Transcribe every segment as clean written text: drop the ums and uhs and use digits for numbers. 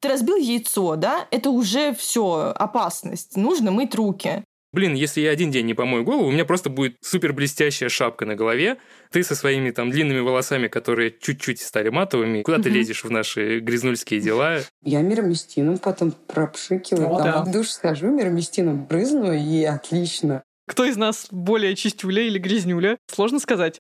Ты разбил яйцо, да? Это уже все опасность. Нужно мыть руки. Блин, если я один день не помою голову, у меня просто будет супер блестящая шапка на голове. Ты со своими там длинными волосами, которые чуть-чуть стали матовыми, куда ты лезешь в наши грязнульские дела? Я мироместином потом пропшикиваю. В душ схожу, мироместином брызну, и отлично. Кто из нас более чистюля или грязнюля? Сложно сказать.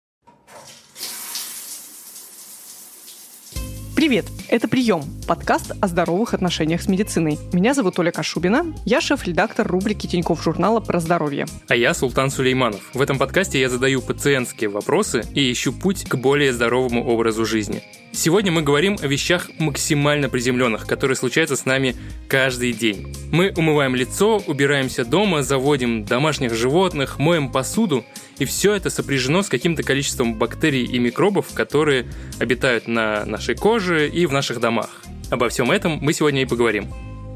Привет! Это «Прием» — подкаст о здоровых отношениях с медициной. Меня зовут Оля Кашубина, я шеф-редактор рубрики Тинькофф журнала про здоровье. А я Султан Сулейманов. В этом подкасте я задаю пациентские вопросы и ищу путь к более здоровому образу жизни. Сегодня мы говорим о вещах максимально приземленных, которые случаются с нами каждый день. Мы умываем лицо, убираемся дома, заводим домашних животных, моем посуду, и все это сопряжено с каким-то количеством бактерий и микробов, которые обитают на нашей коже и в наших домах. Обо всем этом мы сегодня и поговорим.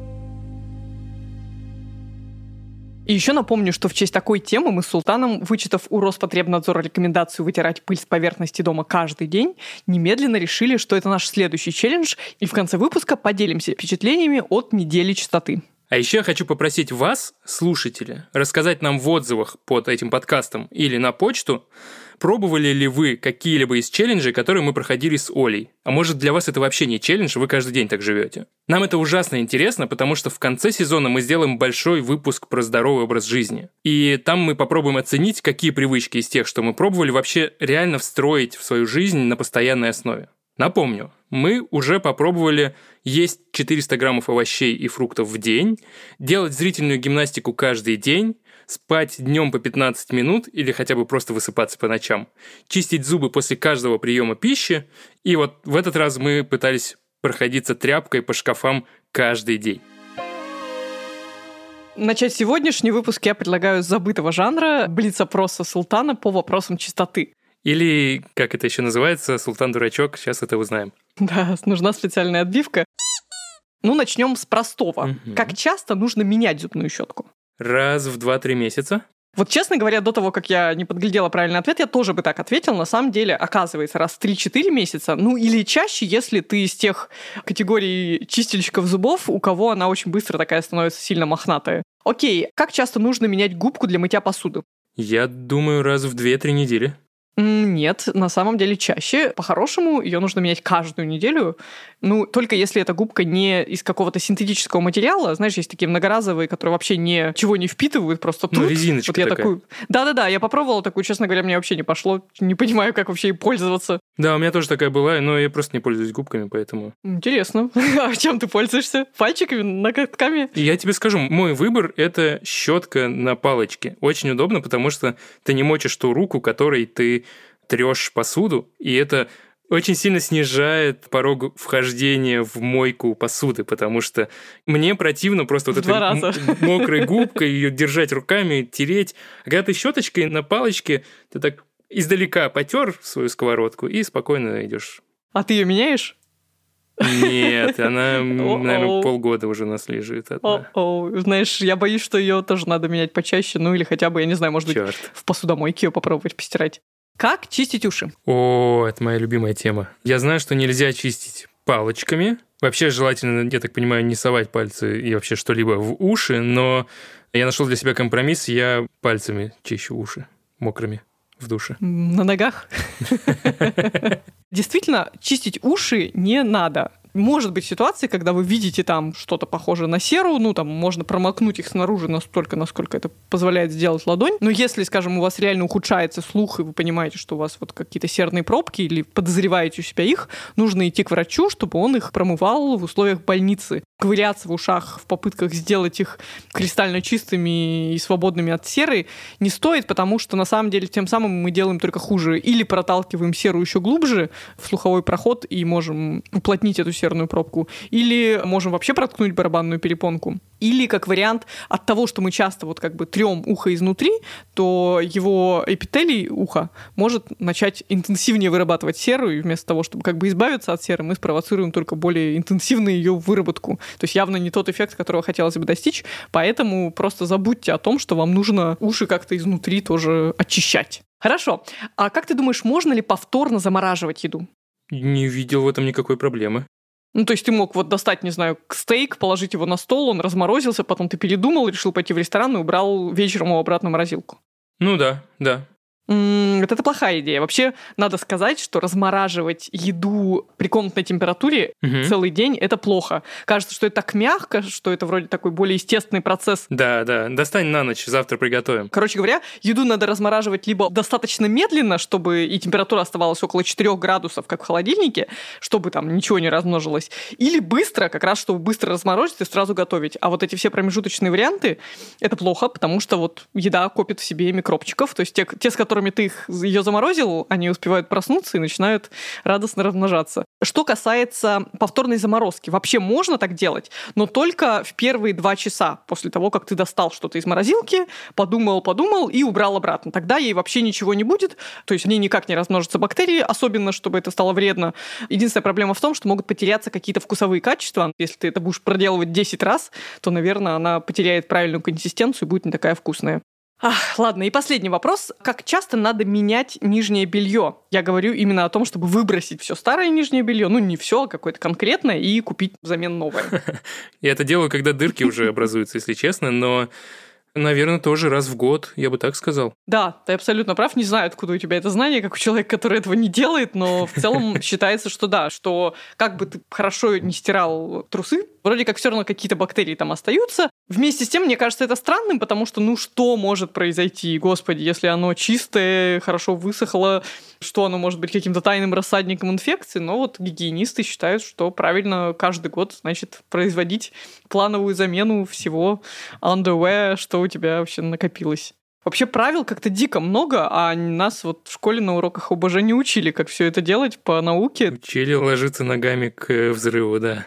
И еще напомню, что в честь такой темы мы с Султаном, вычитав у Роспотребнадзора рекомендацию вытирать пыль с поверхности дома каждый день, немедленно решили, что это наш следующий челлендж, и в конце выпуска поделимся впечатлениями от недели чистоты. А еще я хочу попросить вас, слушатели, рассказать нам в отзывах под этим подкастом или на почту, пробовали ли вы какие-либо из челленджей, которые мы проходили с Олей. А может, для вас это вообще не челлендж, вы каждый день так живете. Нам это ужасно интересно, потому что в конце сезона мы сделаем большой выпуск про здоровый образ жизни. И там мы попробуем оценить, какие привычки из тех, что мы пробовали, вообще реально встроить в свою жизнь на постоянной основе. Напомню, мы уже попробовали есть 400 граммов овощей и фруктов в день, делать зрительную гимнастику каждый день, спать днем по 15 минут или хотя бы просто высыпаться по ночам, чистить зубы после каждого приема пищи, и вот в этот раз мы пытались проходиться тряпкой по шкафам каждый день. Начать сегодняшний выпуск я предлагаю с забытого жанра блиц-опроса Султана по вопросам чистоты. Или, как это еще называется, Султан-дурачок, сейчас это узнаем. Да, нужна специальная отбивка. Ну, начнем с простого. Как часто нужно менять зубную щетку? Раз в 2-3 месяца. Вот, честно говоря, до того, как я не подглядела правильный ответ, я тоже бы так ответила. На самом деле, оказывается, раз в 3-4 месяца, ну или чаще, если ты из тех категорий чистильщиков зубов, у кого она очень быстро такая становится сильно мохнатая. Окей, как часто нужно менять губку для мытья посуды? Я думаю, раз в 2-3 недели. Нет, на самом деле чаще. По-хорошему, ее нужно менять каждую неделю. Ну, только если эта губка не из какого-то синтетического материала. Знаешь, есть такие многоразовые, которые вообще ничего не впитывают, просто тут. Ну, резиночка вот я такая. Такую... Да-да-да, я попробовала такую, честно говоря, мне вообще не пошло. Не понимаю, как вообще ей пользоваться. Да, у меня тоже такая была, но я просто не пользуюсь губками, поэтому... Интересно. А чем ты пользуешься? Пальчиками, ноготками? Я тебе скажу, мой выбор — это щетка на палочке. Очень удобно, потому что ты не мочишь ту руку, которой ты трешь посуду, и это очень сильно снижает порог вхождения в мойку посуды, потому что мне противно просто вот этой мокрой губкой ее держать руками, тереть. А когда ты щеточкой на палочке, ты так издалека потер свою сковородку и спокойно идешь. А ты ее меняешь? Нет, она, наверное, полгода уже у нас лежит. Знаешь, я боюсь, что ее тоже надо менять почаще, ну или хотя бы, я не знаю, может быть, в посудомойке ее попробовать постирать. Как чистить уши? О, это моя любимая тема. Я знаю, что нельзя чистить палочками. Вообще желательно, я так понимаю, не совать пальцы и вообще что-либо в уши, но я нашел для себя компромисс, я пальцами чищу уши мокрыми в душе. На ногах? Действительно, чистить уши не надо. Может быть ситуация, когда вы видите там что-то похожее на серу, ну там можно промокнуть их снаружи настолько, насколько это позволяет сделать ладонь. Но если, скажем, у вас реально ухудшается слух, и вы понимаете, что у вас вот какие-то серные пробки, или подозреваете у себя их, нужно идти к врачу, чтобы он их промывал в условиях больницы. Ковыряться в ушах в попытках сделать их кристально чистыми и свободными от серы не стоит, потому что на самом деле тем самым мы делаем только хуже. Или проталкиваем серу еще глубже в слуховой проход и можем уплотнить эту серную пробку, или можем вообще проткнуть барабанную перепонку. Или, как вариант, от того, что мы часто вот как бы трем ухо изнутри, то его эпителий уха может начать интенсивнее вырабатывать серу, и вместо того, чтобы как бы избавиться от серы, мы спровоцируем только более интенсивную ее выработку. То есть явно не тот эффект, которого хотелось бы достичь, поэтому просто забудьте о том, что вам нужно уши как-то изнутри тоже очищать. Хорошо. А как ты думаешь, можно ли повторно замораживать еду? Не видел в этом никакой проблемы. Ну, то есть ты мог вот достать, не знаю, стейк, положить его на стол, он разморозился, потом ты передумал, решил пойти в ресторан и убрал вечером его обратно в морозилку. Ну да. Вот это плохая идея. Вообще, надо сказать, что размораживать еду при комнатной температуре целый день – это плохо. Кажется, что это так мягко, что это вроде такой более естественный процесс. Да, достань на ночь, завтра приготовим. Короче говоря, еду надо размораживать либо достаточно медленно, чтобы и температура оставалась около 4 градусов, как в холодильнике, чтобы там ничего не размножилось, или быстро, как раз чтобы быстро разморозить и сразу готовить. А вот эти все промежуточные варианты – это плохо, потому что вот еда копит в себе микробчиков, то есть те, с которыми ты ее заморозил, они успевают проснуться и начинают радостно размножаться. Что касается повторной заморозки, вообще можно так делать, но только в первые 2 часа после того, как ты достал что-то из морозилки, подумал и убрал обратно. Тогда ей вообще ничего не будет, то есть в ней никак не размножатся бактерии, особенно, чтобы это стало вредно. Единственная проблема в том, что могут потеряться какие-то вкусовые качества. Если ты это будешь проделывать 10 раз, то, наверное, она потеряет правильную консистенцию и будет не такая вкусная. Ладно, и последний вопрос. Как часто надо менять нижнее белье? Я говорю именно о том, чтобы выбросить все старое нижнее белье, ну не все, а какое-то конкретное, и купить взамен новое. Я это делаю, когда дырки уже образуются, если честно, но, наверное, тоже раз в год, я бы так сказал. Да, ты абсолютно прав. Не знаю, откуда у тебя это знание, как у человека, который этого не делает, но в целом считается, что да, что как бы ты хорошо не стирал трусы, вроде как все равно какие-то бактерии там остаются. Вместе с тем, мне кажется, это странным, потому что, что может произойти, господи, если оно чистое, хорошо высохло, что оно может быть каким-то тайным рассадником инфекции, но вот гигиенисты считают, что правильно каждый год, значит, производить плановую замену всего underwear, что у тебя вообще накопилось. Вообще правил как-то дико много, а нас вот в школе на уроках ОБЖ не учили, как все это делать по науке. Учили ложиться ногами к взрыву, да.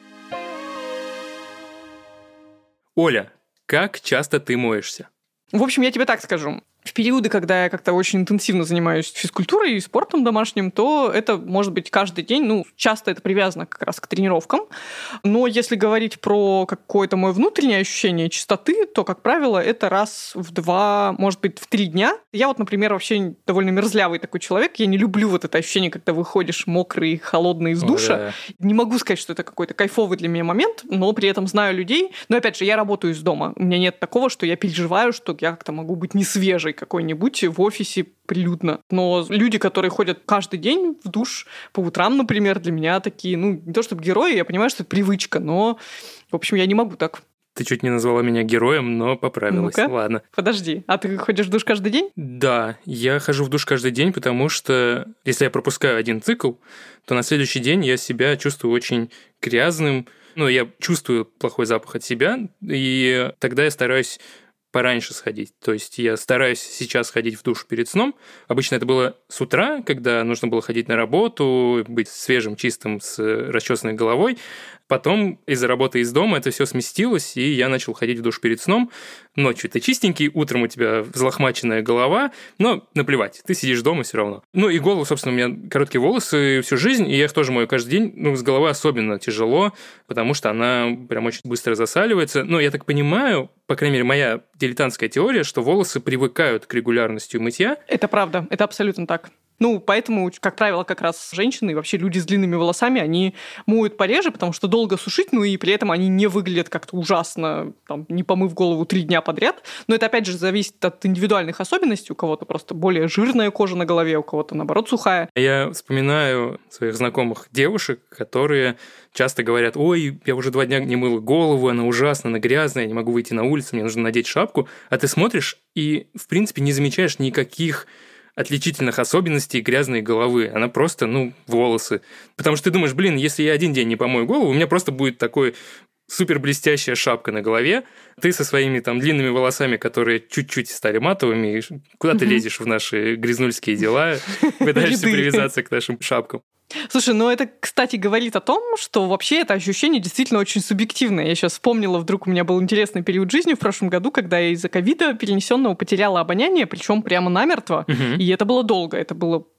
Оля, как часто ты моешься? В общем, я тебе так скажу. В периоды, когда я как-то очень интенсивно занимаюсь физкультурой и спортом домашним, то это может быть каждый день. Часто это привязано как раз к тренировкам. Но если говорить про какое-то мое внутреннее ощущение чистоты, то, как правило, это раз в 2, может быть, в 3 дня. Я вот, например, вообще довольно мерзлявый такой человек. Я не люблю вот это ощущение, когда выходишь мокрый, холодный из душа. Да. Не могу сказать, что это какой-то кайфовый для меня момент, но при этом знаю людей. Но, опять же, я работаю из дома. У меня нет такого, что я переживаю, что я как-то могу быть не свежей какой-нибудь в офисе прилюдно. Но люди, которые ходят каждый день в душ по утрам, например, для меня такие, не то чтобы герои, я понимаю, что это привычка, но, в общем, я не могу так. Ты чуть не назвала меня героем, но поправилась. Ну-ка. Ладно. Подожди, а ты ходишь в душ каждый день? Да, я хожу в душ каждый день, потому что если я пропускаю один цикл, то на следующий день я себя чувствую очень грязным. Я чувствую плохой запах от себя, и тогда я стараюсь пораньше сходить. То есть я стараюсь сейчас ходить в душ перед сном. Обычно это было с утра, когда нужно было ходить на работу, быть свежим, чистым, с расчесанной головой. Потом из-за работы из дома это все сместилось, и я начал ходить в душ перед сном. Ночью ты чистенький, утром у тебя взлохмаченная голова, но наплевать, ты сидишь дома все равно. И голову, собственно, у меня короткие волосы всю жизнь, и я их тоже мою каждый день. С головой особенно тяжело, потому что она прям очень быстро засаливается. Я так понимаю, по крайней мере, моя дилетантская теория, что волосы привыкают к регулярности мытья. Это правда, это абсолютно так. Поэтому, как правило, как раз женщины и вообще люди с длинными волосами, они моют пореже, потому что долго сушить, и при этом они не выглядят как-то ужасно, не помыв голову 3 дня подряд. Но это, опять же, зависит от индивидуальных особенностей. У кого-то просто более жирная кожа на голове, у кого-то, наоборот, сухая. Я вспоминаю своих знакомых девушек, которые часто говорят: ой, я уже 2 дня не мыла голову, она ужасна, она грязная, я не могу выйти на улицу, мне нужно надеть шапку. А ты смотришь и, в принципе, не замечаешь никаких отличительных особенностей грязной головы. Она просто, волосы. Потому что ты думаешь, если я 1 день не помою голову, у меня просто будет такой супер блестящая шапка на голове. Ты со своими длинными волосами, которые чуть-чуть стали матовыми, куда ты лезешь в наши грязнульские дела, пытаешься привязаться к нашим шапкам. Слушай, это, кстати, говорит о том, что вообще это ощущение действительно очень субъективное. Я сейчас вспомнила, вдруг у меня был интересный период жизни в прошлом году, когда я из-за ковида перенесенного потеряла обоняние, причем прямо намертво. И это было долго. Это было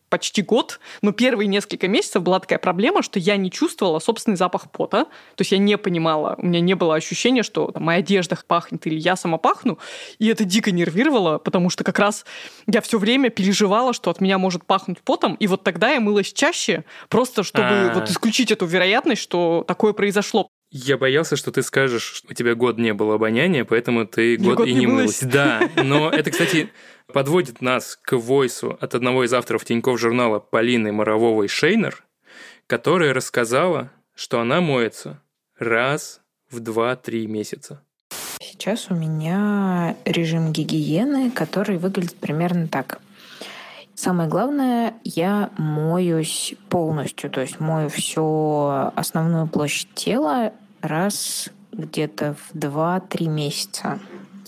почти год, но первые несколько месяцев была такая проблема, что я не чувствовала собственный запах пота. То есть я не понимала, у меня не было ощущения, что там, моя одежда пахнет или я сама пахну. И это дико нервировало, потому что как раз я все время переживала, что от меня может пахнуть потом. И вот тогда я мылась чаще, просто чтобы вот исключить эту вероятность, что такое произошло. Я боялся, что ты скажешь, что у тебя год не было обоняния, поэтому ты год и не мылась. Да, но это, кстати, подводит нас к войсу от одного из авторов Тинькофф журнала Полины Морововой-Шейнер, которая рассказала, что она моется раз в 2-3 месяца. Сейчас у меня режим гигиены, который выглядит примерно так. Самое главное, я моюсь полностью, то есть мою всю основную площадь тела раз где-то в 2-3 месяца.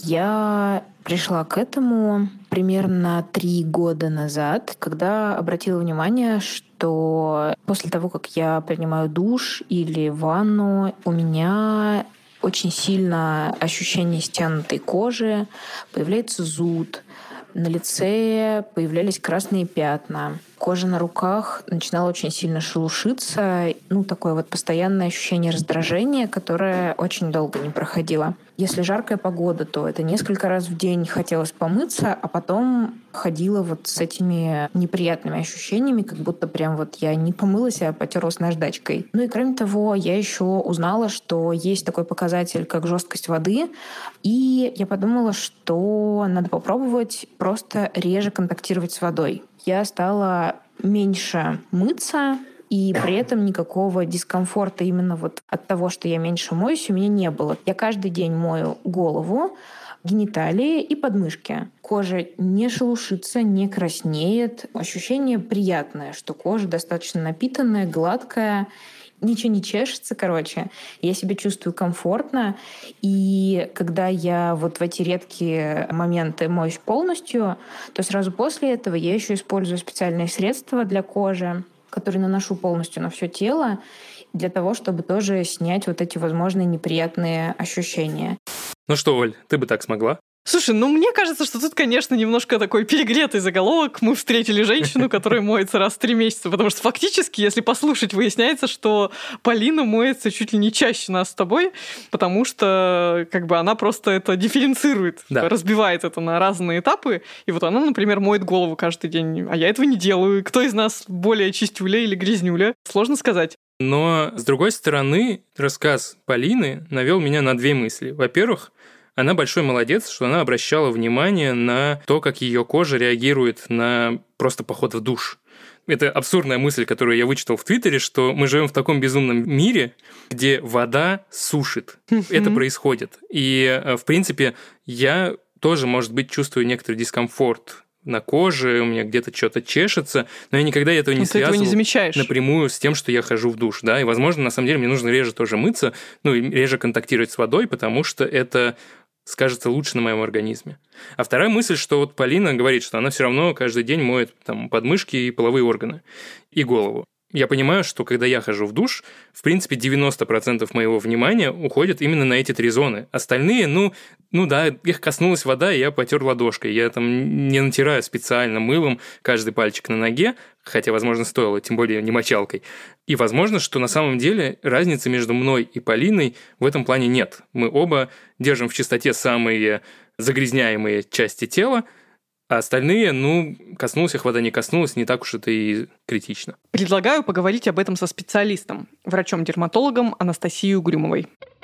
Я пришла к этому примерно 3 года назад, когда обратила внимание, что после того, как я принимаю душ или ванну, у меня очень сильно ощущение стянутой кожи, появляется зуд, на лице появлялись красные пятна. Кожа на руках начинала очень сильно шелушиться. Такое вот постоянное ощущение раздражения, которое очень долго не проходило. Если жаркая погода, то это несколько раз в день хотелось помыться, а потом ходила вот с этими неприятными ощущениями, как будто прям вот я не помылась, а потерлась наждачкой. И кроме того, я еще узнала, что есть такой показатель, как жесткость воды, и я подумала, что надо попробовать просто реже контактировать с водой. Я стала меньше мыться, и при этом никакого дискомфорта именно вот от того, что я меньше моюсь, у меня не было. Я каждый день мою голову, гениталии и подмышки. Кожа не шелушится, не краснеет. Ощущение приятное, что кожа достаточно напитанная, гладкая, ничего не чешется, Я себя чувствую комфортно. И когда я вот в эти редкие моменты моюсь полностью, то сразу после этого я еще использую специальные средства для кожи, которые наношу полностью на все тело, для того, чтобы тоже снять вот эти возможные неприятные ощущения. Ну что, Оль, ты бы так смогла? Слушай, мне кажется, что тут, конечно, немножко такой перегретый заголовок. Мы встретили женщину, которая моется раз в 3 месяца, потому что фактически, если послушать, выясняется, что Полина моется чуть ли не чаще нас с тобой, потому что она просто это дифференцирует, разбивает это на разные этапы. И вот она, например, моет голову каждый день, а я этого не делаю. Кто из нас более чистюля или грязнюля? Сложно сказать. Но, с другой стороны, рассказ Полины навел меня на 2 мысли. Во-первых, она большой молодец, что она обращала внимание на то, как ее кожа реагирует на просто поход в душ. Это абсурдная мысль, которую я вычитал в Твиттере, что мы живем в таком безумном мире, где вода сушит. Это происходит. И, в принципе, я тоже, может быть, чувствую некоторый дискомфорт на коже, у меня где-то что-то чешется, но я никогда этого не связывал напрямую с тем, что я хожу в душ. Да? И, возможно, на самом деле мне нужно реже тоже мыться, и реже контактировать с водой, потому что это скажется лучше на моем организме. А вторая мысль, что вот Полина говорит, что она все равно каждый день моет подмышки и половые органы, и голову. Я понимаю, что когда я хожу в душ, в принципе, 90% моего внимания уходит именно на эти 3 зоны. Остальные, их коснулась вода, и я потер ладошкой. Я не натираю специально мылом каждый пальчик на ноге, хотя, возможно, стоило, тем более не мочалкой. И возможно, что на самом деле разницы между мной и Полиной в этом плане нет. Мы оба держим в чистоте самые загрязняемые части тела, а остальные, коснулась их вода, не коснулась, не так уж это и критично. Предлагаю поговорить об этом со специалистом, врачом-дерматологом Анастасией Угрюмовой.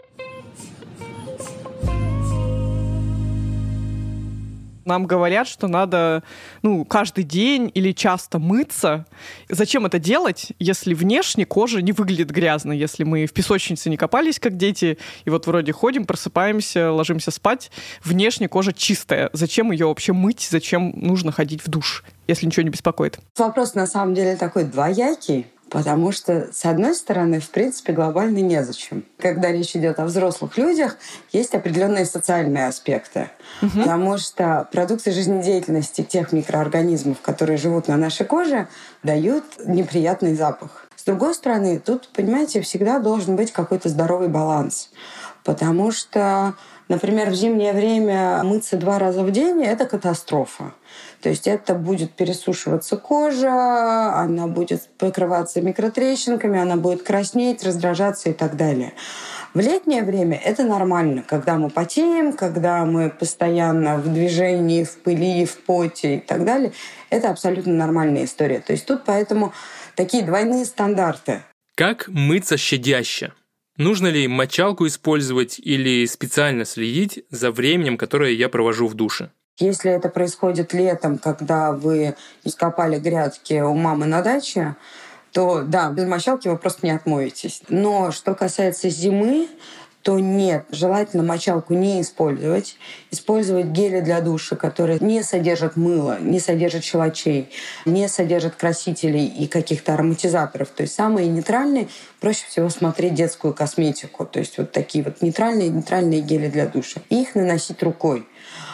Нам говорят, что надо каждый день или часто мыться. Зачем это делать, если внешне кожа не выглядит грязно, если мы в песочнице не копались, как дети, и вот вроде ходим, просыпаемся, ложимся спать, внешне кожа чистая. Зачем ее вообще мыть, зачем нужно ходить в душ, если ничего не беспокоит? Вопрос на самом деле такой двоякий. Потому что, с одной стороны, в принципе, глобально незачем. Когда речь идет о взрослых людях, есть определенные социальные аспекты. Потому что продукты жизнедеятельности тех микроорганизмов, которые живут на нашей коже, дают неприятный запах. С другой стороны, тут, понимаете, всегда должен быть какой-то здоровый баланс. Потому что, например, в зимнее время мыться 2 раза в день – это катастрофа. То есть это будет пересушиваться кожа, она будет покрываться микротрещинками, она будет краснеть, раздражаться и так далее. В летнее время это нормально, когда мы потеем, когда мы постоянно в движении, в пыли, в поте и так далее. Это абсолютно нормальная история. То есть тут поэтому такие двойные стандарты. Как мыться щадяще? Нужно ли мочалку использовать или специально следить за временем, которое я провожу в душе? Если это происходит летом, когда вы ископали грядки у мамы на даче, то да, без мочалки вы просто не отмоетесь. Но что касается зимы, то нет, желательно мочалку не использовать. Использовать гели для душа, которые не содержат мыла, не содержат щелочей, не содержат красителей и каких-то ароматизаторов. То есть самые нейтральные, проще всего смотреть детскую косметику. То есть вот такие вот нейтральные гели для душа. И их наносить рукой.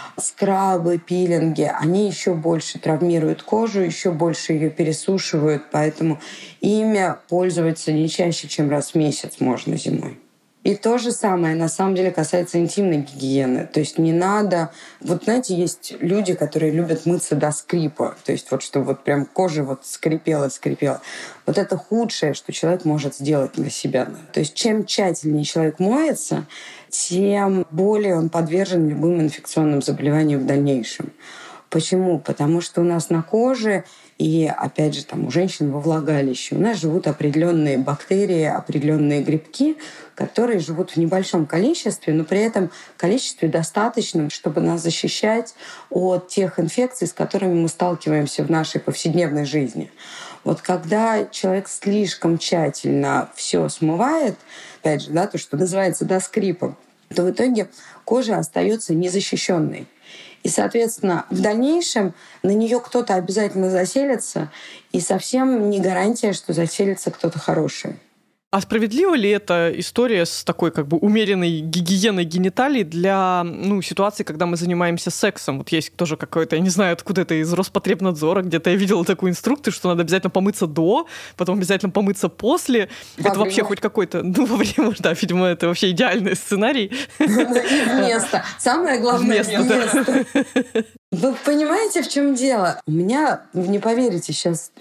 Скрабы, пилинги, они еще больше травмируют кожу, еще больше ее пересушивают, поэтому ими пользоваться не чаще, чем раз в месяц можно зимой. И то же самое, на самом деле, касается интимной гигиены. То есть не надо... Вот знаете, есть люди, которые любят мыться до скрипа. То есть вот чтобы вот прям кожа вот скрипела. Вот это худшее, что человек может сделать для себя. То есть чем тщательнее человек моется, тем более он подвержен любым инфекционным заболеваниям в дальнейшем. Почему? Потому что у нас на коже и, опять же, там, у женщин во влагалище у нас живут определенные бактерии, определенные грибки, которые живут в небольшом количестве, но при этом количестве достаточном, чтобы нас защищать от тех инфекций, с которыми мы сталкиваемся в нашей повседневной жизни. Вот когда человек слишком тщательно все смывает, опять же, да, то, что называется до скрипа, то в итоге кожа остается незащищенной. И, соответственно, в дальнейшем на нее кто-то обязательно заселится, и совсем не гарантия, что заселится кто-то хороший. А справедлива ли эта история с такой как бы умеренной гигиеной гениталий для ситуации, когда мы занимаемся сексом? Вот есть тоже какой-то, я не знаю, откуда это, из Роспотребнадзора, где-то я видела такую инструкцию, что надо обязательно помыться до, потом обязательно помыться после. Это вообще хоть какой-то... во время, да, видимо, это вообще идеальный сценарий. И место. Самое главное — место. Вы понимаете, в чем дело? У меня, вы не поверите, сейчас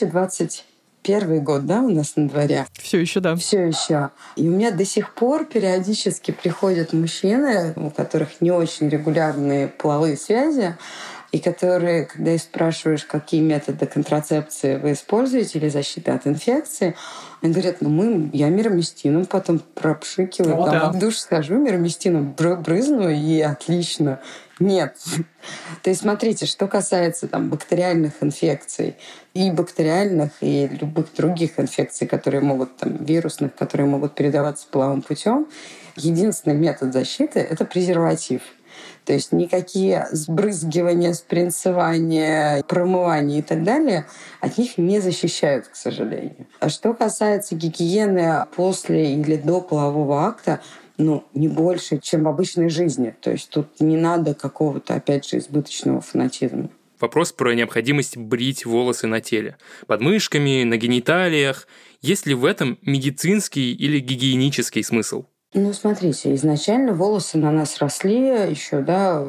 2021 год, да, у нас на дворе? Все еще, да. Все еще. И у меня до сих пор периодически приходят мужчины, у которых не очень регулярные половые связи, и которые, когда их спрашиваешь, какие методы контрацепции вы используете или защиты от инфекции, они говорят, я мироместином потом пропшикиваю, в душ схожу, мироместином брызну, и отлично. Нет. То есть смотрите, что касается бактериальных инфекций, и бактериальных, и любых других инфекций, которые могут, вирусных, которые могут передаваться половым путем, единственный метод защиты — это презерватив. То есть никакие сбрызгивания, спринцевания, промывания и так далее от них не защищают, к сожалению. А что касается гигиены после или до полового акта, не больше, чем в обычной жизни. То есть тут не надо какого-то, опять же, избыточного фанатизма. Вопрос про необходимость брить волосы на теле. Под мышками, на гениталиях. Есть ли в этом медицинский или гигиенический смысл? Смотрите, изначально волосы на нас росли еще,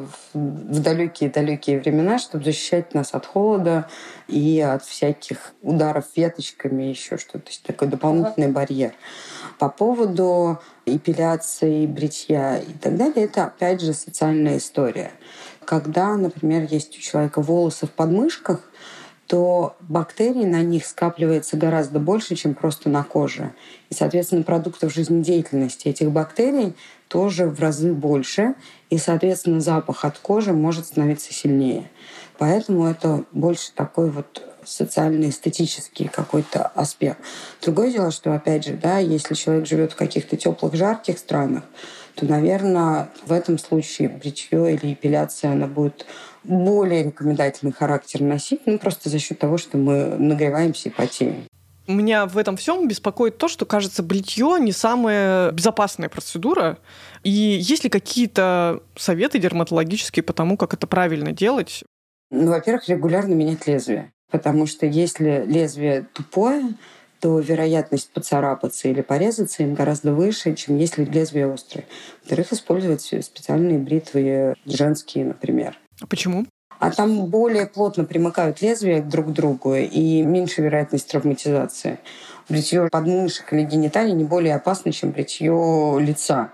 в далекие-далекие времена, чтобы защищать нас от холода и от всяких ударов веточками, еще что-то. То есть такой дополнительный барьер. По поводу эпиляции, бритья и так далее, это, опять же, социальная история. Когда, например, есть у человека волосы в подмышках, то бактерий на них скапливается гораздо больше, чем просто на коже. И, соответственно, продуктов жизнедеятельности этих бактерий тоже в разы больше. И, соответственно, запах от кожи может становиться сильнее. Поэтому это больше такой социально-эстетический какой-то аспект. Другое дело, что, опять же, если человек живет в каких-то теплых, жарких странах, то, наверное, в этом случае бритье или эпиляция, она будет более рекомендательный характер носить, просто за счет того, что мы нагреваемся и потеем. Меня в этом всем беспокоит то, что, кажется, бритье не самая безопасная процедура. И есть ли какие-то советы дерматологические по тому, как это правильно делать? Во-первых, регулярно менять лезвие. Потому что если лезвие тупое, то вероятность поцарапаться или порезаться им гораздо выше, чем если лезвие острое. Во-вторых, использовать специальные бритвы женские, например. А почему? А там более плотно примыкают лезвия друг к другу и меньше вероятность травматизации. Бритье подмышек или гениталий не более опасно, чем бритье лица.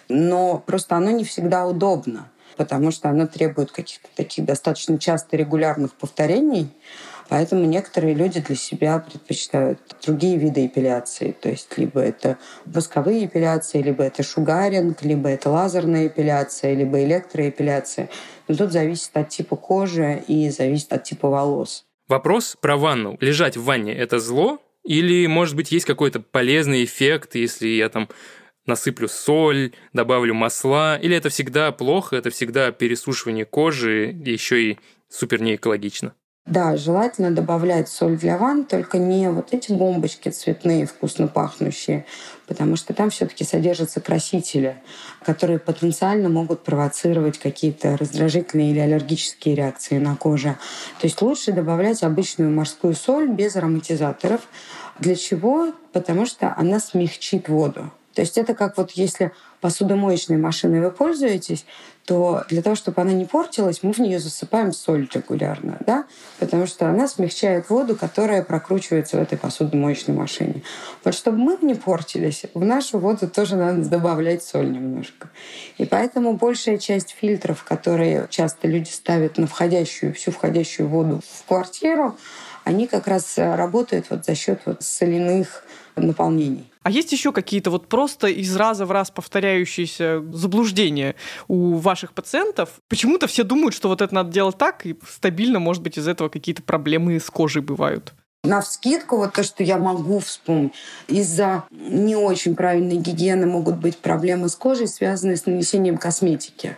Но просто оно не всегда удобно, потому что оно требует каких-то таких достаточно часто регулярных повторений. Поэтому некоторые люди для себя предпочитают другие виды эпиляции. То есть либо это восковые эпиляции, либо это шугаринг, либо это лазерная эпиляция, либо электроэпиляция. Но тут зависит от типа кожи и зависит от типа волос. Вопрос про ванну. Лежать в ванне – это зло? Или, может быть, есть какой-то полезный эффект, если я там насыплю соль, добавлю масла? Или это всегда плохо, это всегда пересушивание кожи, еще и супер неэкологично? Да, желательно добавлять соль для ванн, только не вот эти бомбочки цветные, вкусно пахнущие, потому что там все-таки содержатся красители, которые потенциально могут провоцировать какие-то раздражительные или аллергические реакции на коже. То есть лучше добавлять обычную морскую соль без ароматизаторов. Для чего? Потому что она смягчит воду. То есть это как вот если посудомоечной машиной вы пользуетесь, то для того, чтобы она не портилась, мы в нее засыпаем соль регулярно, да? Потому что она смягчает воду, которая прокручивается в этой посудомоечной машине. Вот чтобы мы не портились, в нашу воду тоже надо добавлять соль немножко. И поэтому большая часть фильтров, которые часто люди ставят на всю входящую воду в квартиру, они как раз работают вот за счет вот соляных наполнений. А есть еще какие-то вот просто из раза в раз повторяющиеся заблуждения у ваших пациентов? Почему-то все думают, что вот это надо делать так, и стабильно, может быть, из этого какие-то проблемы с кожей бывают. Навскидку, вот то, что я могу вспомнить, из-за не очень правильной гигиены могут быть проблемы с кожей, связанные с нанесением косметики.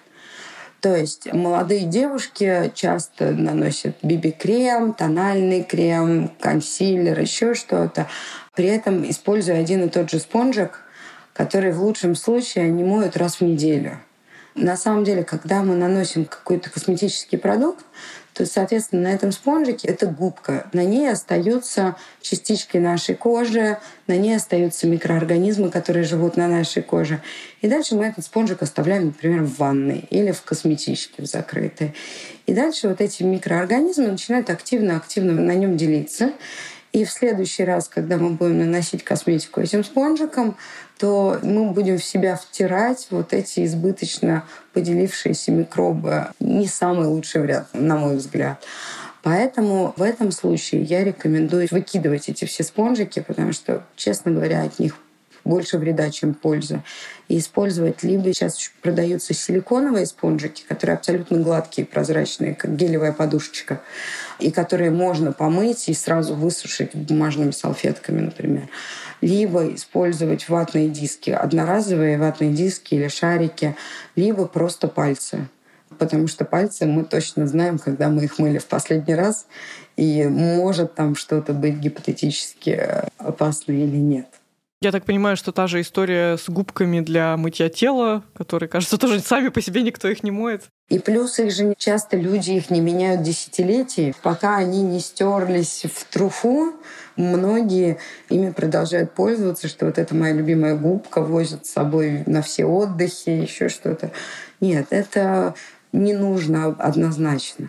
То есть молодые девушки часто наносят BB-крем, тональный крем, консилер, еще что-то, при этом используя один и тот же спонжик, который в лучшем случае они моют раз в неделю. На самом деле, когда мы наносим какой-то косметический продукт, то, соответственно, на этом спонжике это губка. На ней остаются частички нашей кожи, на ней остаются микроорганизмы, которые живут на нашей коже. И дальше мы этот спонжик оставляем, например, в ванной или в косметичке в закрытой. И дальше вот эти микроорганизмы начинают активно на нем делиться. И в следующий раз, когда мы будем наносить косметику этим спонжиком, то мы будем в себя втирать вот эти избыточно поделившиеся микробы. Не самый лучший вариант, на мой взгляд. Поэтому в этом случае я рекомендую выкидывать эти все спонжики, потому что, честно говоря, от них больше вреда, чем пользы. И использовать либо сейчас продаются силиконовые спонжики, которые абсолютно гладкие, прозрачные, как гелевая подушечка, и которые можно помыть и сразу высушить бумажными салфетками, например. Либо использовать ватные диски, одноразовые ватные диски или шарики, либо просто пальцы. Потому что пальцы мы точно знаем, когда мы их мыли в последний раз, и может там что-то быть гипотетически опасно или нет. Я так понимаю, что та же история с губками для мытья тела, которые, кажется, тоже сами по себе никто их не моет. И плюс их же часто люди их не меняют десятилетий. Пока они не стерлись в труху, многие ими продолжают пользоваться, что вот это моя любимая губка, возят с собой на все отдыхи, еще что-то. Нет, это не нужно однозначно.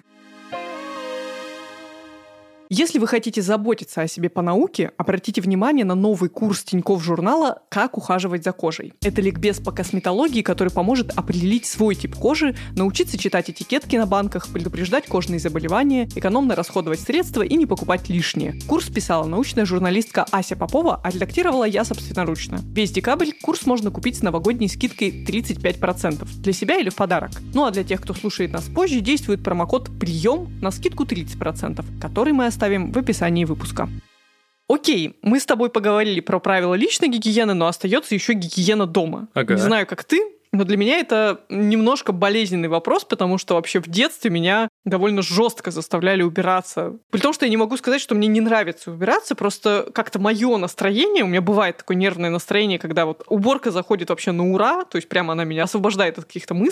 Если вы хотите заботиться о себе по науке, обратите внимание на новый курс Тинькофф журнала «Как ухаживать за кожей». Это ликбез по косметологии, который поможет определить свой тип кожи, научиться читать этикетки на банках, предупреждать кожные заболевания, экономно расходовать средства и не покупать лишнее. Курс писала научная журналистка Ася Попова, а редактировала я собственноручно. Весь декабрь курс можно купить с новогодней скидкой 35% для себя или в подарок. Ну а для тех, кто слушает нас позже, действует промокод «Прием» на скидку 30%, который мы оставим в описании выпуска. Окей, мы с тобой поговорили про правила личной гигиены, но остается еще гигиена дома. Ага. Не знаю, как ты, но для меня это немножко болезненный вопрос, потому что вообще в детстве меня довольно жестко заставляли убираться. При том, что я не могу сказать, что мне не нравится убираться, просто как-то мое настроение, у меня бывает такое нервное настроение, когда вот уборка заходит вообще на ура, то есть прямо она меня освобождает от каких-то мыслей.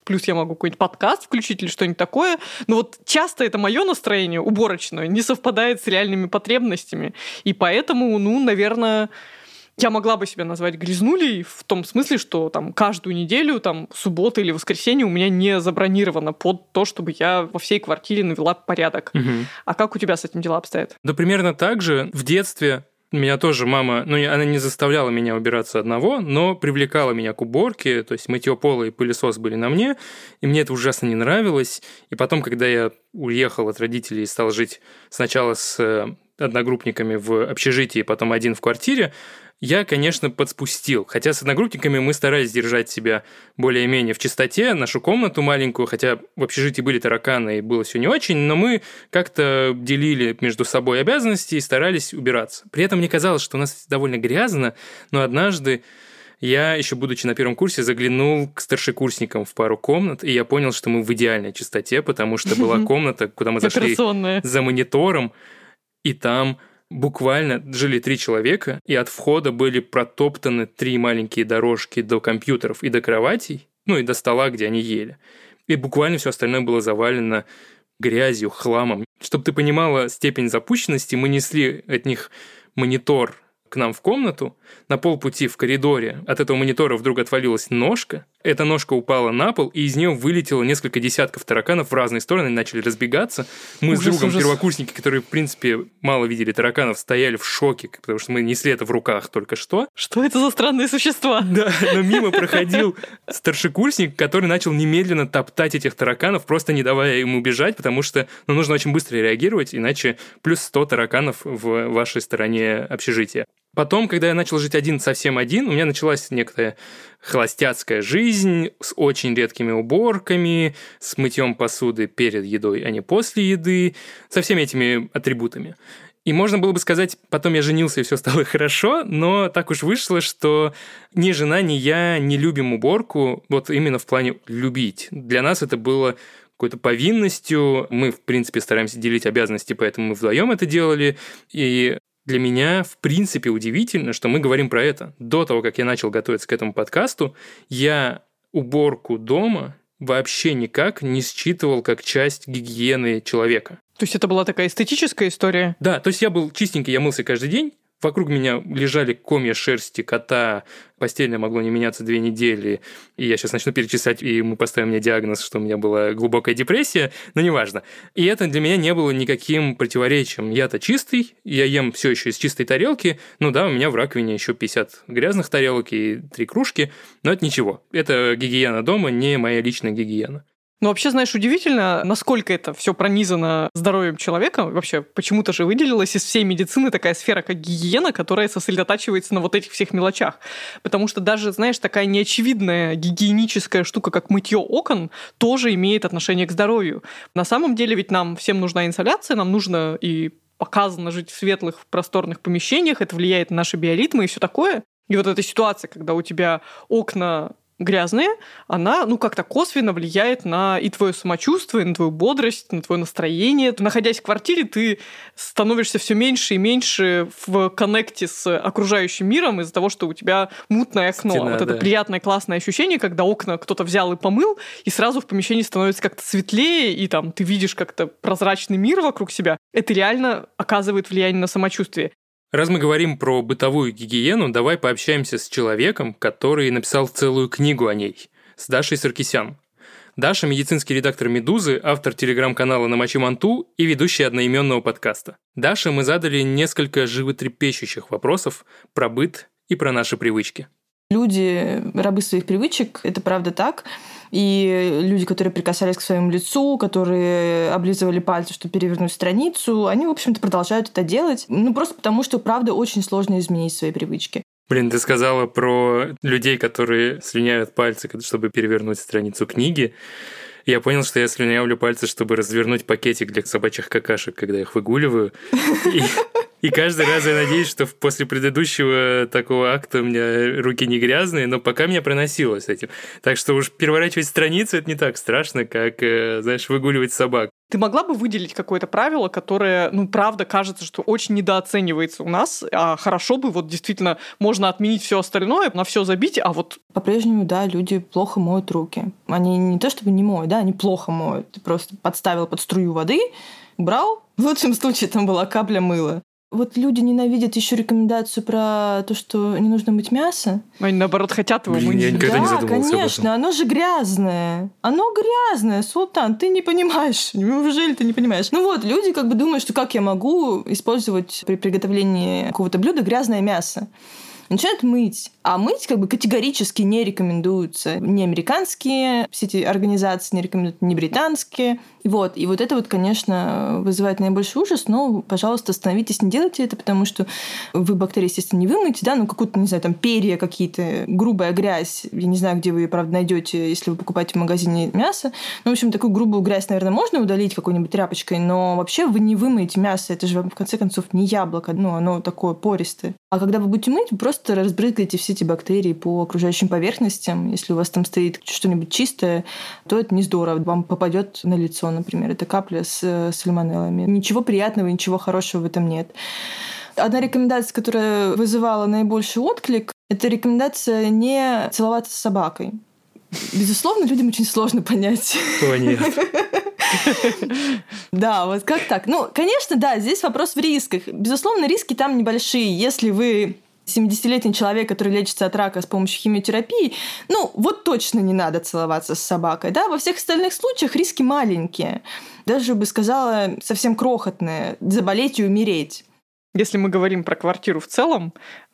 плюс я могу какой-нибудь подкаст включить или что-нибудь такое. Но вот часто это мое настроение уборочное не совпадает с реальными потребностями. И поэтому, наверное, я могла бы себя назвать грязнулей в том смысле, что там каждую неделю, там, суббота или воскресенье у меня не забронировано под то, чтобы я во всей квартире навела порядок. А как у тебя с этим дела обстоят? Да, примерно так же. В детстве меня тоже мама, она не заставляла меня убираться одного, но привлекала меня к уборке, то есть мытье пола и пылесос были на мне, и мне это ужасно не нравилось. И потом, когда я уехал от родителей и стал жить сначала с одногруппниками в общежитии, потом один в квартире, я, конечно, подспустил. Хотя с одногруппниками мы старались держать себя более-менее в чистоте, нашу комнату маленькую, хотя в общежитии были тараканы и было все не очень, но мы как-то делили между собой обязанности и старались убираться. При этом мне казалось, что у нас довольно грязно, но однажды я, еще будучи на первом курсе, заглянул к старшекурсникам в пару комнат, и я понял, что мы в идеальной чистоте, потому что была комната, куда мы зашли за монитором, и там буквально жили 3 человека, и от входа были протоптаны 3 маленькие дорожки до компьютеров и до кроватей, и до стола, где они ели. И буквально все остальное было завалено грязью, хламом. Чтобы ты понимала степень запущенности, мы несли от них монитор к нам в комнату, на полпути в коридоре от этого монитора вдруг отвалилась ножка, эта ножка упала на пол, и из нее вылетело несколько десятков тараканов в разные стороны, начали разбегаться. Мы с другом, первокурсники, которые, в принципе, мало видели тараканов, стояли в шоке, потому что мы несли это в руках только что. Что это за странные существа? Да, но мимо проходил старшекурсник, который начал немедленно топтать этих тараканов, просто не давая им убежать, потому что нужно очень быстро реагировать, иначе плюс 100 тараканов в вашей стороне общежития. Потом, когда я начал жить совсем один, у меня началась некая холостяцкая жизнь с очень редкими уборками, с мытьем посуды перед едой, а не после еды, со всеми этими атрибутами. И можно было бы сказать, потом я женился, и все стало хорошо, но так уж вышло, что ни жена, ни я не любим уборку, вот именно в плане любить. Для нас это было какой-то повинностью, мы, в принципе, стараемся делить обязанности, поэтому мы вдвоем это делали, и для меня, в принципе, удивительно, что мы говорим про это. До того, как я начал готовиться к этому подкасту, я уборку дома вообще никак не считывал как часть гигиены человека. То есть это была такая эстетическая история? Да, то есть я был чистенький, я мылся каждый день, вокруг меня лежали комья шерсти кота, постельное могло не меняться 2 недели, и я сейчас начну перечислять, и мы поставим мне диагноз, что у меня была глубокая депрессия, но неважно. И это для меня не было никаким противоречием. Я-то чистый, я ем все еще из чистой тарелки, у меня в раковине еще 50 грязных тарелок и 3 кружки, но это ничего. Это гигиена дома, не моя личная гигиена. Вообще, знаешь, удивительно, насколько это все пронизано здоровьем человека. Вообще, почему-то же выделилась из всей медицины такая сфера, как гигиена, которая сосредотачивается на вот этих всех мелочах. Потому что даже, знаешь, такая неочевидная гигиеническая штука, как мытье окон, тоже имеет отношение к здоровью. На самом деле ведь нам всем нужна инсоляция, нам нужно и показано жить в светлых, просторных помещениях, это влияет на наши биоритмы и все такое. И вот эта ситуация, когда у тебя окна грязные, она, как-то косвенно влияет на и твое самочувствие, на твою бодрость, на твое настроение. Находясь в квартире, ты становишься все меньше и меньше в коннекте с окружающим миром из-за того, что у тебя мутное окно. Стена, это приятное, классное ощущение, когда окна кто-то взял и помыл, и сразу в помещении становится как-то светлее, и там ты видишь как-то прозрачный мир вокруг себя. Это реально оказывает влияние на самочувствие. Раз мы говорим про бытовую гигиену, давай пообщаемся с человеком, который написал целую книгу о ней, с Дашей Саркисян. Даша – медицинский редактор «Медузы», автор телеграм-канала «Намочи манту» и ведущая одноименного подкаста. Даше мы задали несколько животрепещущих вопросов про быт и про наши привычки. Люди – рабы своих привычек, это правда так. И люди, которые прикасались к своему лицу, которые облизывали пальцы, чтобы перевернуть страницу, они, в общем-то, продолжают это делать. Просто потому, что, правда, очень сложно изменить свои привычки. Блин, ты сказала про людей, которые слюняют пальцы, чтобы перевернуть страницу книги. Я понял, что я слюнявлю пальцы, чтобы развернуть пакетик для собачьих какашек, когда их выгуливаю. И каждый раз я надеюсь, что после предыдущего такого акта у меня руки не грязные, но пока меня проносило с этим. Так что уж переворачивать страницу — это не так страшно, как, выгуливать собак. Ты могла бы выделить какое-то правило, которое, правда, кажется, что очень недооценивается у нас, а хорошо бы действительно можно отменить все остальное, на все забить, а вот... По-прежнему, да, люди плохо моют руки. Они не то чтобы не моют, да, они плохо моют. Ты просто подставил под струю воды, убрал, в лучшем случае там была капля мыла. Вот люди ненавидят еще рекомендацию про то, что не нужно мыть мясо. Они, наоборот, хотят его мыть. Я никогда не задумывался об этом. Конечно, оно же грязное. Оно грязное, Султан, ты не понимаешь. Неужели ты не понимаешь? Люди думают, что как я могу использовать при приготовлении какого-то блюда грязное мясо. Начинают мыть. А мыть категорически не рекомендуются. Ни американские все эти организации не рекомендуют, ни британские. И вот это, конечно, вызывает наибольший ужас, но, пожалуйста, остановитесь, не делайте это, потому что вы бактерии, естественно, не вымоете, да, какую-то, не знаю, там перья какие-то, грубая грязь, я не знаю, где вы ее, правда, найдете, если вы покупаете в магазине мясо. В общем, такую грубую грязь, наверное, можно удалить какой-нибудь тряпочкой, но вообще вы не вымоете мясо, это же, в конце концов, не яблоко, оно такое пористое. А когда вы будете мыть, вы просто разбрызгаете все эти бактерии по окружающим поверхностям. Если у вас там стоит что-нибудь чистое, то это не здорово. Вам попадет на лицо, например. Это капля с сальмонеллами. Ничего приятного, ничего хорошего в этом нет. Одна рекомендация, которая вызывала наибольший отклик, это рекомендация не целоваться с собакой. Безусловно, людям очень сложно понять. О, нет. Да, вот как так? Конечно, да, здесь вопрос в рисках. Безусловно, риски там небольшие. Если вы 70-летний человек, который лечится от рака с помощью химиотерапии, точно не надо целоваться с собакой. Да? Во всех остальных случаях риски маленькие. Даже, бы сказала, совсем крохотные. Заболеть и умереть. Если мы говорим про квартиру в целом,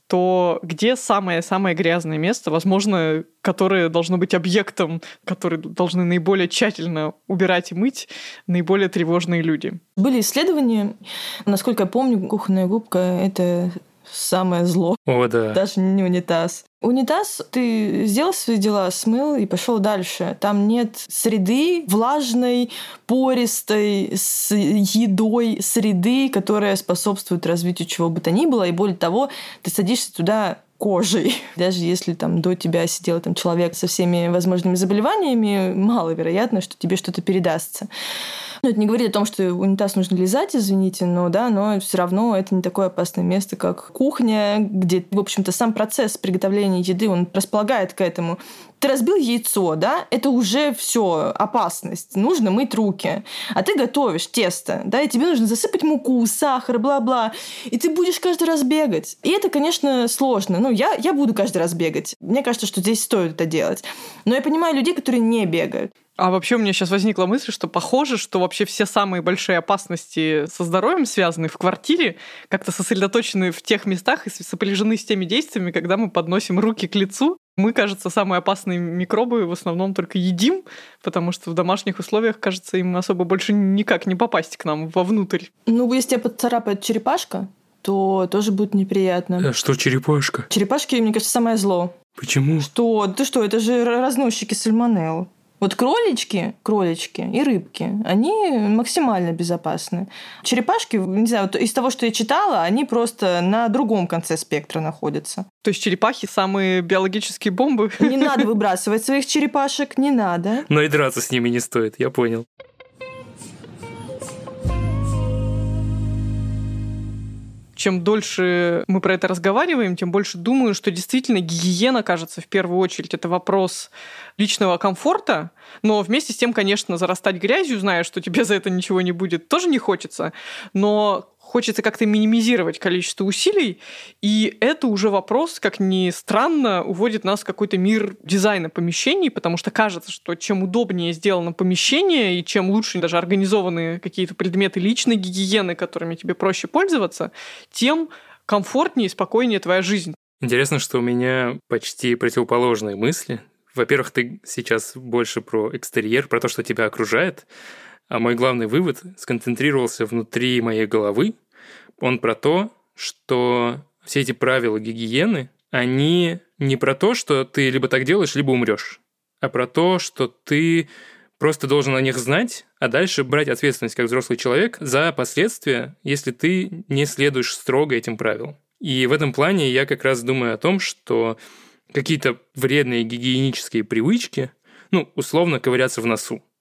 то где самое-самое грязное место, возможно, которое должно быть объектом, который должны наиболее тщательно убирать и мыть наиболее тревожные люди? Были исследования. Насколько я помню, кухонная губка – это самое зло. О, да. Даже не унитаз. Унитаз, ты сделал свои дела, смыл и пошел дальше. Там нет среды влажной, пористой, с едой среды, которая способствует развитию чего бы то ни было. И более того, ты садишься туда кожей. Даже если там до тебя сидел человек со всеми возможными заболеваниями, маловероятно, что тебе что-то передастся. Это не говорит о том, что унитаз нужно лизать, извините, но все равно это не такое опасное место, как кухня, где, в общем-то, сам процесс приготовления еды, он располагает к этому. Ты разбил яйцо, да, это уже все опасность. Нужно мыть руки. А ты готовишь тесто, да, и тебе нужно засыпать муку, сахар, бла-бла. И ты будешь каждый раз бегать. И это, конечно, сложно. Я буду каждый раз бегать. Мне кажется, что здесь стоит это делать. Но я понимаю людей, которые не бегают. А вообще у меня сейчас возникла мысль, что похоже, что вообще все самые большие опасности со здоровьем связаны в квартире, как-то сосредоточены в тех местах и сопряжены с теми действиями, когда мы подносим руки к лицу. Мы, кажется, самые опасные микробы в основном только едим, потому что в домашних условиях, кажется, им особо больше никак не попасть к нам вовнутрь. Если тебя поцарапает черепашка, то тоже будет неприятно. А что черепашка? Черепашки, мне кажется, самое зло. Почему? Ты что, это же разносчики сальмонелл. Вот кролички и рыбки, они максимально безопасны. Черепашки, не знаю, из того, что я читала, они просто на другом конце спектра находятся. То есть черепахи самые биологические бомбы? Не надо выбрасывать своих черепашек, не надо. Но и драться с ними не стоит, я понял. Чем дольше мы про это разговариваем, тем больше думаю, что действительно гигиена, кажется, в первую очередь это вопрос личного комфорта, но вместе с тем, конечно, зарастать грязью, зная, что тебе за это ничего не будет, тоже не хочется, но хочется как-то минимизировать количество усилий, и это уже вопрос, как ни странно, уводит нас в какой-то мир дизайна помещений, потому что кажется, что чем удобнее сделано помещение, и чем лучше даже организованы какие-то предметы личной гигиены, которыми тебе проще пользоваться, тем комфортнее и спокойнее твоя жизнь. Интересно, что у меня почти противоположные мысли. Во-первых, ты сейчас больше про экстерьер, про то, что тебя окружает, а мой главный вывод сконцентрировался внутри моей головы. Он про то, что все эти правила гигиены, они не про то, что ты либо так делаешь, либо умрешь, а про то, что ты просто должен о них знать, а дальше брать ответственность как взрослый человек за последствия, если ты не следуешь строго этим правилам. И в этом плане я как раз думаю о том, что какие-то вредные гигиенические привычки, условно ковыряться в носу.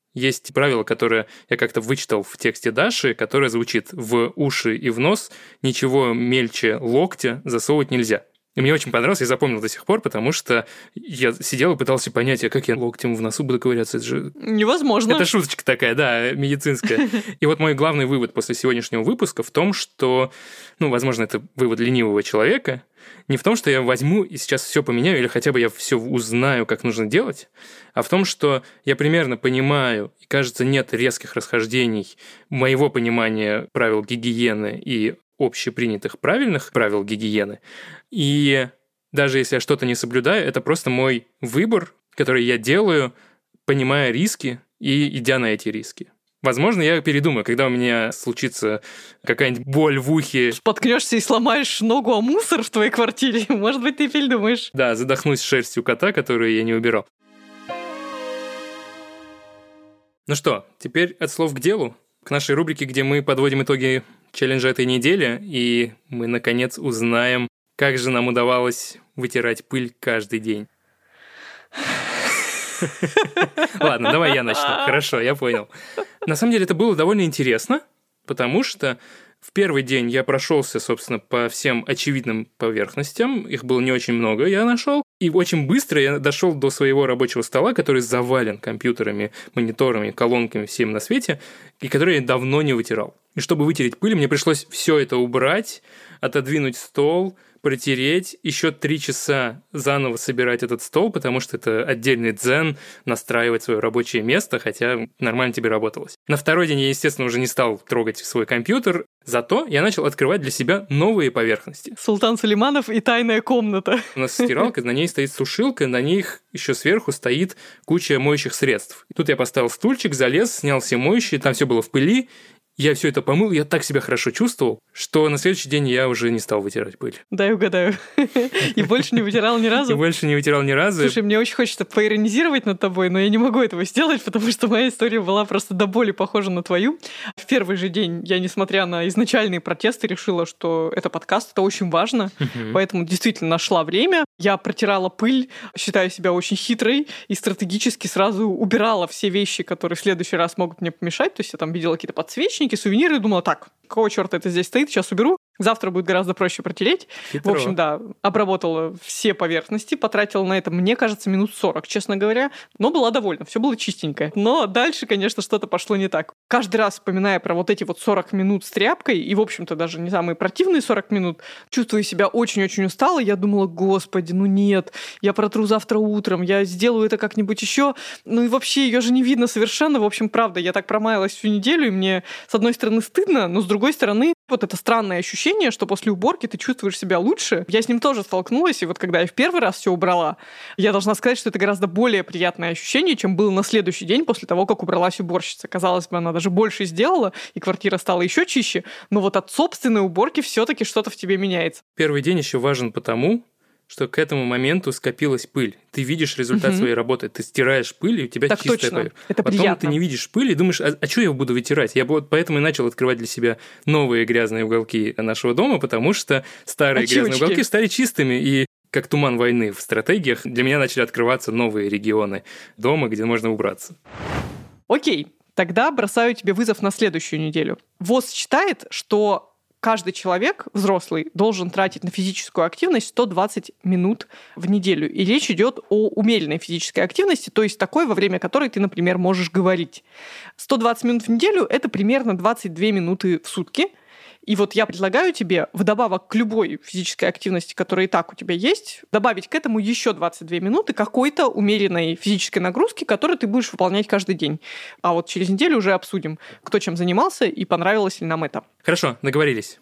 Есть правило, которое я как-то вычитал в тексте Даши, которое звучит: в уши и в нос ничего мельче локтя засовывать нельзя. И мне очень понравилось, я запомнил до сих пор, потому что я сидел и пытался понять, а как я локтем в носу буду ковыряться? Это же... Невозможно. Это шуточка такая, да, медицинская. И вот мой главный вывод после сегодняшнего выпуска в том, что, возможно, это вывод ленивого человека, не в том, что я возьму и сейчас все поменяю, или хотя бы я все узнаю, как нужно делать, а в том, что я примерно понимаю, и, кажется, нет резких расхождений моего понимания правил гигиены и общепринятых правильных правил гигиены. И даже если я что-то не соблюдаю, это просто мой выбор, который я делаю, понимая риски и идя на эти риски. Возможно, я передумаю, когда у меня случится какая-нибудь боль в ухе. Споткнешься и сломаешь ногу о мусор в твоей квартире. Может быть, ты передумаешь. Да, задохнусь шерстью кота, которую я не убирал. Ну что, теперь от слов к делу. К нашей рубрике, где мы подводим итоги челленджа этой недели, и мы, наконец, узнаем, как же нам удавалось вытирать пыль каждый день. Ладно, давай я начну. Хорошо, я понял. На самом деле это было довольно интересно, потому что в первый день я прошелся, собственно, по всем очевидным поверхностям. Их было не очень много, я нашел. И очень быстро я дошел до своего рабочего стола, который завален компьютерами, мониторами, колонками, всем на свете, и который я давно не вытирал. И чтобы вытереть пыль, мне пришлось все это убрать, отодвинуть стол, протереть, еще 3 часа заново собирать этот стол, потому что это отдельный дзен, настраивать свое рабочее место, хотя нормально тебе работалось. На второй день я, естественно, уже не стал трогать свой компьютер, зато я начал открывать для себя новые поверхности. Султан Сулейманов и тайная комната. У нас стиралка, на ней стоит сушилка, на них еще сверху стоит куча моющих средств. И тут я поставил стульчик, залез, снял все моющие, там все было в пыли. Я все это помыл, я так себя хорошо чувствовал, что на следующий день я уже не стал вытирать пыль. Дай угадаю. И больше не вытирал ни разу? И больше не вытирал ни разу. Слушай, мне очень хочется поиронизировать над тобой, но я не могу этого сделать, потому что моя история была просто до боли похожа на твою. В первый же день я, несмотря на изначальные протесты, решила, что это подкаст, это очень важно, поэтому действительно нашла время. Я протирала пыль, считаю себя очень хитрой, и стратегически сразу убирала все вещи, которые в следующий раз могут мне помешать. То есть я там видела какие-то подсвечники, сувениры, и думала, так, какого черта это здесь стоит, сейчас уберу. Завтра будет гораздо проще протереть. Хитро. В общем, да, обработала все поверхности, потратила на это, мне кажется, минут 40, честно говоря, но была довольна, все было чистенько. Но дальше, конечно, что-то пошло не так. Каждый раз, вспоминая про вот эти вот 40 минут с тряпкой, и, в общем-то, даже не самые противные 40 минут, чувствуя себя очень-очень устала, я думала, господи, ну нет, я протру завтра утром, я сделаю это как-нибудь еще, ну и вообще ее же не видно совершенно. В общем, правда, я так промаялась всю неделю, и мне, с одной стороны, стыдно, но с другой стороны, вот это странное ощущение, что после уборки ты чувствуешь себя лучше. Я с ним тоже столкнулась, и вот когда я в первый раз все убрала, я должна сказать, что это гораздо более приятное ощущение, чем было на следующий день после того, как убралась уборщица. Казалось бы, она даже больше сделала, и квартира стала еще чище, но вот от собственной уборки все-таки что-то в тебе меняется. Первый день еще важен потому, что к этому моменту скопилась пыль. Ты видишь результат своей работы, ты стираешь пыль, и у тебя так чистая точно. пыль. Это Потом приятно. ты не видишь пыль и думаешь, а что я его буду вытирать? Я вот поэтому и начал открывать для себя новые грязные уголки нашего дома, потому что старые грязные уголки стали чистыми, и как туман войны в стратегиях, для меня начали открываться новые регионы дома, где можно убраться. Окей, тогда бросаю тебе вызов на следующую неделю. ВОЗ считает, что каждый человек, взрослый, должен тратить на физическую активность 120 минут в неделю. И речь идет о умеренной физической активности, то есть такой, во время которой ты, например, можешь говорить. 120 минут в неделю — это примерно 22 минуты в сутки. И вот я предлагаю тебе, вдобавок к любой физической активности, которая и так у тебя есть, добавить к этому еще 22 минуты какой-то умеренной физической нагрузки, которую ты будешь выполнять каждый день. А вот через неделю уже обсудим, кто чем занимался и понравилось ли нам это. Хорошо, договорились.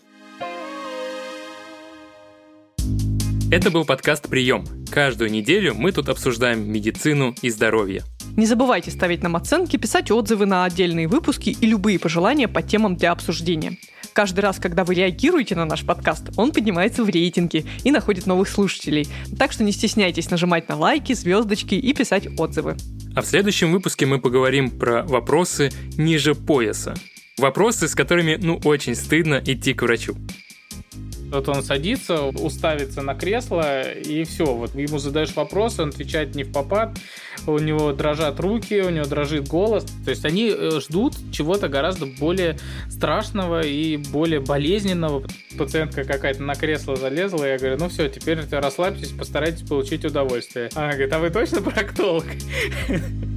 Это был подкаст «Прием». Каждую неделю мы тут обсуждаем медицину и здоровье. Не забывайте ставить нам оценки, писать отзывы на отдельные выпуски и любые пожелания по темам для обсуждения. Каждый раз, когда вы реагируете на наш подкаст, он поднимается в рейтинге и находит новых слушателей. Так что не стесняйтесь нажимать на лайки, звездочки и писать отзывы. А в следующем выпуске мы поговорим про вопросы ниже пояса. Вопросы, с которыми, очень стыдно идти к врачу. Вот он садится, уставится на кресло, и все. Вот ему задаешь вопрос, он отвечает не впопад, у него дрожат руки, у него дрожит голос. То есть они ждут чего-то гораздо более страшного и более болезненного. Пациентка какая-то на кресло залезла, и я говорю, ну все, теперь расслабьтесь, постарайтесь получить удовольствие. Она говорит, а вы точно проктолог?